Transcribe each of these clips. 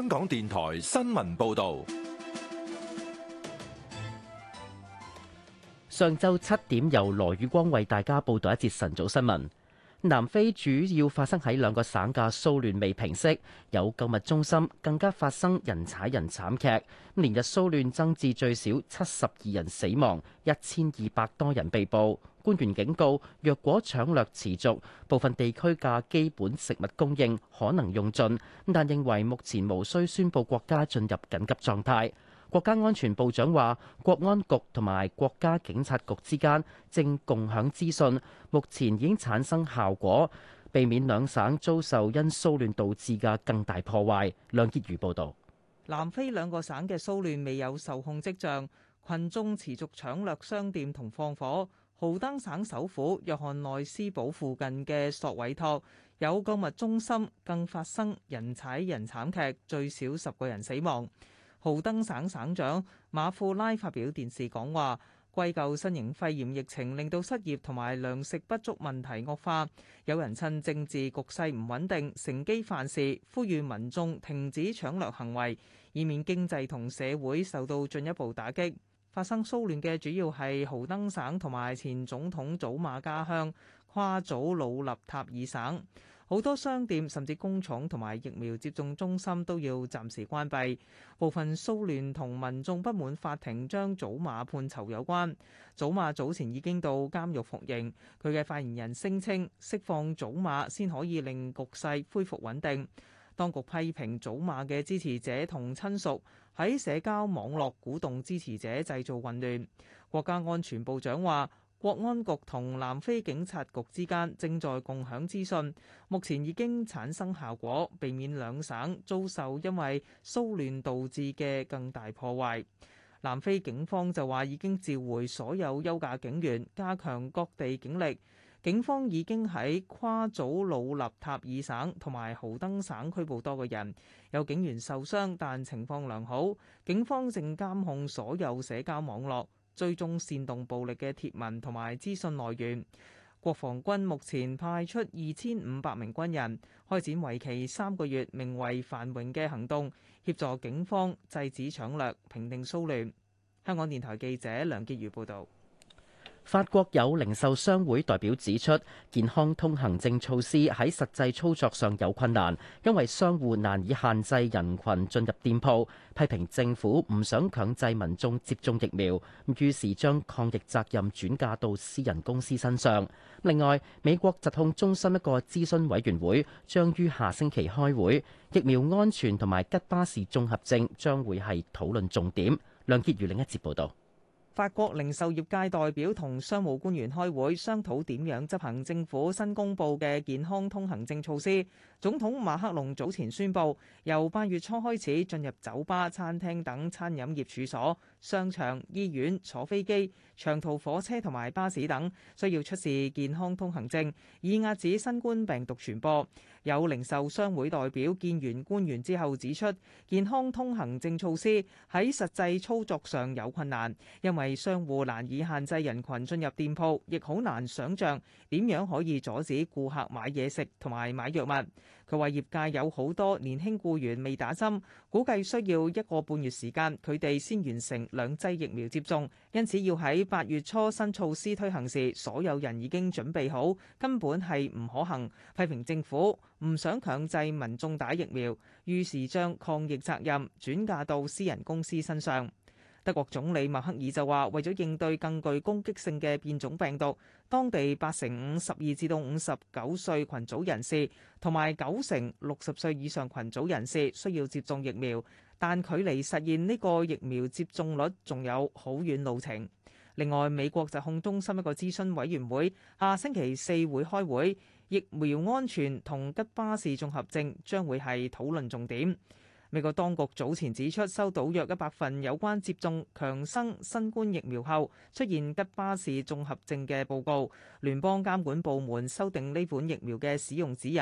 港電台新聞報導。 上晝7點，由羅宇光為大家報道一節晨早新聞。南非主要發生喺兩個省嘅騷亂未平息，有購物中心更加發生人踩人慘劇，連日騷亂增至最少72人死亡，1200多人被捕。官員警告，若果搶掠持續，部分地區嘅基本食物供應可能用盡，但認為目前無需宣布國家進入緊急狀態。國家安全部長話，國安局同埋國家警察局之間正共享資訊，目前已經產生效果，避免兩省遭受因騷亂導致嘅更大破壞。梁潔如報導。 南非兩個省嘅騷亂未有受控跡象，群眾持續搶掠商店同放火。豪登省首府約翰內斯堡附近嘅索韋托有購物中心更發生人踩人慘劇，最少10個人死亡。豪登省省長馬庫拉發表電視講話，歸咎新型肺炎疫情令到失業同埋糧食不足問題惡化，有人趁政治局勢唔穩定乘機犯事，呼籲民眾停止搶掠行為，以免經濟同社會受到進一步打擊。發生騷亂嘅主要係豪登省同埋前總統祖馬家鄉夸祖魯納塔爾省。好多商店甚至工廠同埋疫苗接種中心都要暫時關閉。部分騷亂同民眾不滿法庭將祖馬判囚有關。祖馬早前已經到監獄服刑，佢嘅發言人聲稱釋放祖馬先可以令局勢恢復穩定。當局批評祖馬嘅支持者同親屬喺社交網絡鼓動支持者製造混亂。國家安全部長話，國安局同南非警察局之間正在共享資訊，目前已經產生效果，避免兩省遭受因為騷亂導致嘅更大破壞。南非警方就話已經召回所有休假警員，加強各地警力。警方已經喺夸祖魯納塔爾省同埋豪登省拘捕多個人，有警員受傷，但情況良好。警方正監控所有社交網絡，追蹤煽動暴力嘅貼文同埋資訊來源。國防軍目前派出2500名軍人，開展為期3個月，名為繁榮嘅行動，協助警方制止搶掠、平定騷亂。香港電台記者梁潔如報導。 法國有零售商會代表指出，健康通行證措施喺實際操作上有困難，因為商戶難以限制人群進入店鋪，批評政府唔想強制民眾接種疫苗，於是將抗疫責任轉嫁到私人公司身上。另外，美國疾控中心一個諮詢委員會將於下星期開會，疫苗安全同埋吉巴氏綜合症將會係討論重點。梁潔如另一節報導。 法國零售業界代表同商務官員開會，商討點樣執行政府新公布嘅健康通行證措施。總統馬克龍早前宣布，由8月初開始進入酒吧、餐廳等餐飲業處所、商場、醫院、坐飛機、長途火車同埋巴士等，需要出示健康通行證，以遏止新冠病毒傳播。有零售商會代表見完官員之後指出，健康通行證措施喺實際操作上有困難，因為商戶難以限制人群進入店鋪，亦好難想像點樣可以阻止顧客買嘢食同埋買藥物。佢話業界有好多年輕僱員未打針，估計需要1個半月時間，佢哋先完成2劑疫苗接種，因此要喺8月初新措施推行時，所有人已經準備好，根本係唔可行。批評政府唔想強制民眾打疫苗，於是將抗疫責任轉嫁到私人公司身上。德國總理默克爾就話，為咗應對更具攻擊性嘅變種病毒，當地85%、12至到59歲群組人士同埋90%、60歲以上群組人士需要接種疫苗，但距離實現呢個疫苗接種率仲有好遠路程。另外，美國疾控中心一個諮詢委員會下星期4會開會，疫苗安全同吉巴氏綜合症將會係討論重點。美國當局早前指出，收到約100份有關接種強生新冠疫苗後出現吉巴氏綜合症嘅報告。聯邦監管部門修訂呢款疫苗嘅使用指引，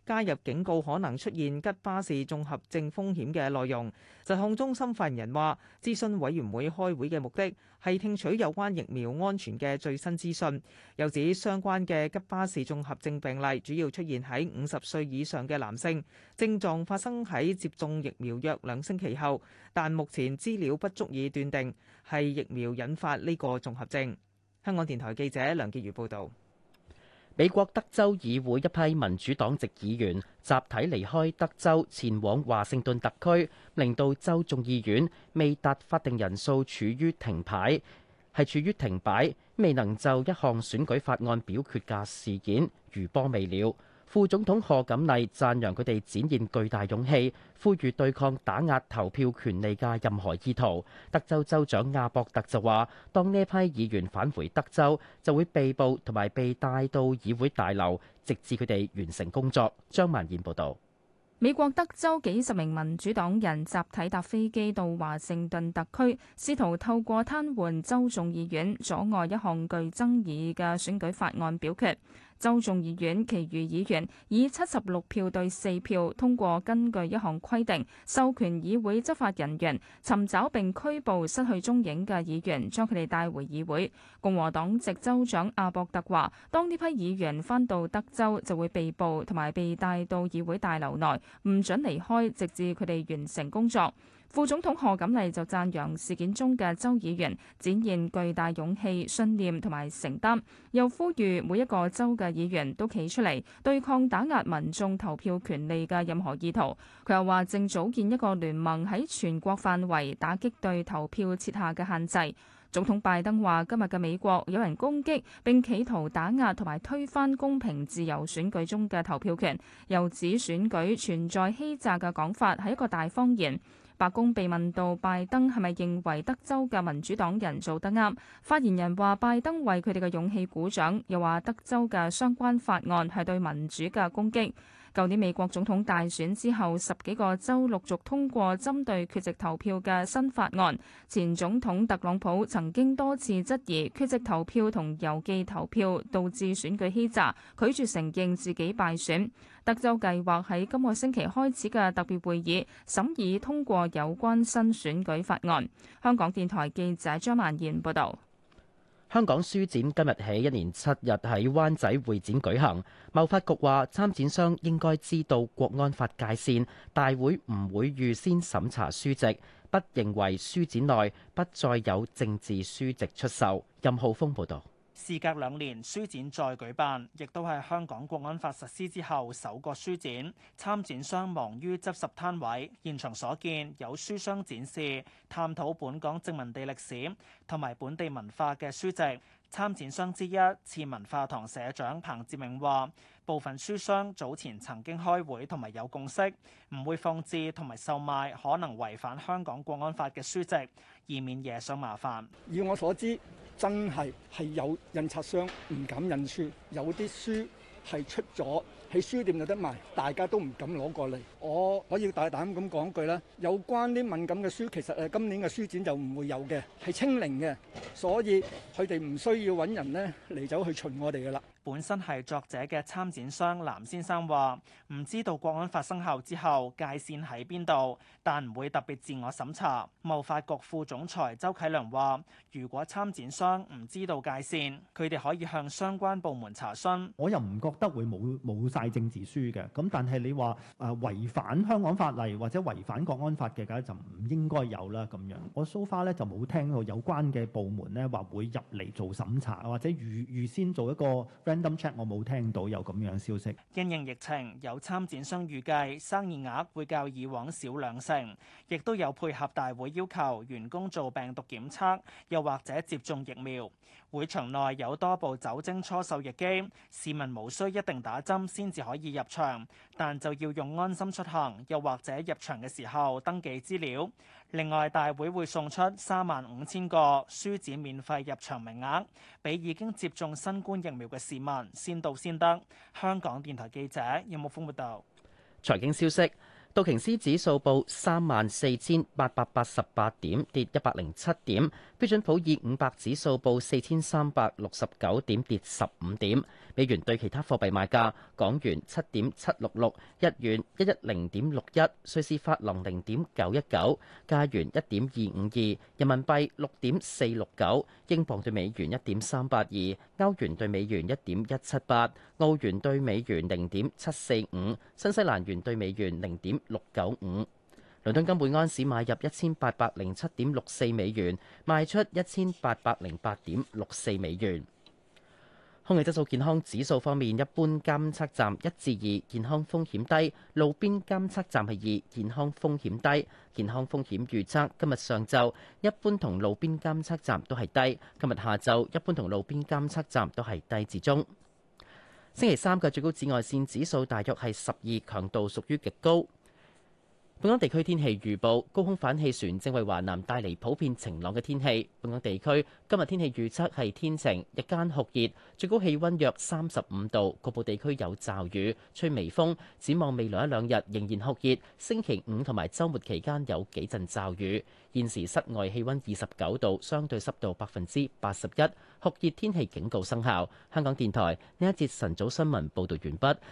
加入警告可能出現吉巴氏綜合症風險嘅內容。疾控中心發言人話，諮詢委員會開會嘅目的係聽取有關疫苗安全嘅最新資訊。又指相關嘅吉巴氏綜合症病例主要出現喺50歲以上嘅男性，症狀發生喺接種疫苗約2星期後，但目前資料不足以斷定係疫苗引發呢個綜合症。香港電台記者梁潔如報導。 美國德州議會一批民主黨籍議員集體離開德州，前往華盛頓特區，令到州眾議院未達法定人數處於停擺，未能就一項選舉法案表決嘅事件餘波未了。副總統賀錦麗讚揚佢哋展現巨大勇氣，呼籲對抗打壓投票權利嘅任何意圖。德州州長亞博特就話，當呢批議員返回德州，就會被捕同埋被帶到議會大樓，直至佢哋完成工作。張曼燕報導。 美國德州幾十名民主黨人集體搭飛機到華盛頓特區，試圖透過癱瘓州眾議院，阻礙一項具爭議嘅選舉法案表決。州眾議院其餘議員以76票對4票通過根據一項規定，授權議會執法人員尋找並拘捕失去蹤影嘅議員，將佢哋帶回議會。共和黨籍州長阿博特話，當呢批議員返到德州，就會被捕同埋被帶到議會大樓內，唔准離開，直至佢哋完成工作。副總統賀錦麗就讚揚事件中嘅州議員展現巨大勇氣、信念同埋承擔，又呼籲每一個州嘅議員都企出嚟對抗打壓民眾投票權利嘅任何意圖。佢又話正組建一個聯盟喺全國範圍打擊對投票設下嘅限制。總統拜登話：今日嘅美國有人攻擊並企圖打壓同埋推翻公平自由選舉中嘅投票權，又指選舉存在欺詐嘅講法係一個大謊言。白宮被問到拜登係咪認為德州嘅民主黨人做得啱，發言人話拜登為佢哋嘅勇氣鼓掌，又話德州嘅相關法案係對民主嘅攻擊。舊年美國總統大選之後，10幾個州陸續通過針對缺席投票嘅新法案。前總統特朗普曾經多次質疑缺席投票同郵寄投票導致選舉欺詐，拒絕承認自己敗選。德州計劃喺今個星期開始嘅特別會議審議通過有關新選舉法案。香港電台記者張曼燕報導。 香港書展今日起一連7日喺灣仔會展舉行。貿發局話，參展商應該知道國安法界線，大會唔會預先審查書籍，不認為書展內不再有政治書籍出售。任浩峰報導。 事隔2年，書展再舉辦，亦都係香港國安法實施之後首個書展。參展商忙於執拾攤位，現場所見有書商展示探討本港殖民地歷史同埋本地文化嘅書籍。參展商之一次文化堂社長彭志明話，部分書商早前曾經開會同埋有共識，唔會放置同埋售賣可能違反香港國安法嘅書籍，以免惹上麻煩。 以我所知，真係有印刷商唔敢印書，有啲書係出咗喺書店有得賣，大家都唔敢攞過嚟。我可以大膽咁講句啦，有關啲敏感嘅書，其實今年嘅書展就唔會有嘅，係清零嘅，所以佢哋唔需要揾人呢嚟走去巡我哋噶啦。 本身係作者嘅參展商藍先生話：唔知道國安法生效之後界線喺邊度，但唔會特別自我審查。貿發局副總裁周啟良話：如果參展商唔知道界線，佢哋可以向相關部門查詢。 我又唔覺得會冇晒政治書嘅，咁但係你話違反香港法例或者違反國安法嘅，梗係就唔應該有啦咁樣。我 so far 咧就冇聽到有關嘅部門咧話會入嚟做審查，或者預先做一個random check，我冇聽到有咁樣消息。 因應疫情，有參展商預計生意額會較以往少2成，亦都有配合大會要求員工做病毒檢測，又或者接種疫苗。會場內有多部酒精搓手液機，市民無需一定打針先至可以入場，但就要用安心出行，又或者入場嘅時候登記資料。另外，大會會送出35000個書展免費入場名額，俾已經接種新冠疫苗嘅市民先到先得。香港電台記者任木峰報道。 財經消息。 道瓊斯指數報34,888點，跌107點；標準普爾500指數報4,369點，跌15點。美元對其他貨幣賣價：港元7.766，日元110.61，瑞士法郎0.919，加元1.252，人民幣6.469，英鎊對美元1.382，歐元對美元1.178，澳元對美元0.745，新西蘭元對美元0.695。倫敦金每安士買入1807.64美元，賣出1808.64美元。空氣質素健康指數方面，一般監測站1至2，健康風險低；路邊監測站係2，健康風險低。健康風險預測今日上晝一般同路邊監測站都係低，今日下晝一般同路邊監測站都係低至中。星期三嘅最高紫外線指數大約係12，強度屬於極高。本港地區天氣預報，高空反氣旋正為華南帶嚟普遍晴朗嘅天氣。本港地區今日天氣預測係天晴，日間酷熱，最高氣温約35度，局部地區有驟雨，吹微風。展望未來一兩日仍然酷熱，星期五同埋週末期間有幾陣驟雨。現時室外氣温29度，相對濕度81%，酷熱天氣警告生效。香港電台呢一節晨早新聞報導完畢。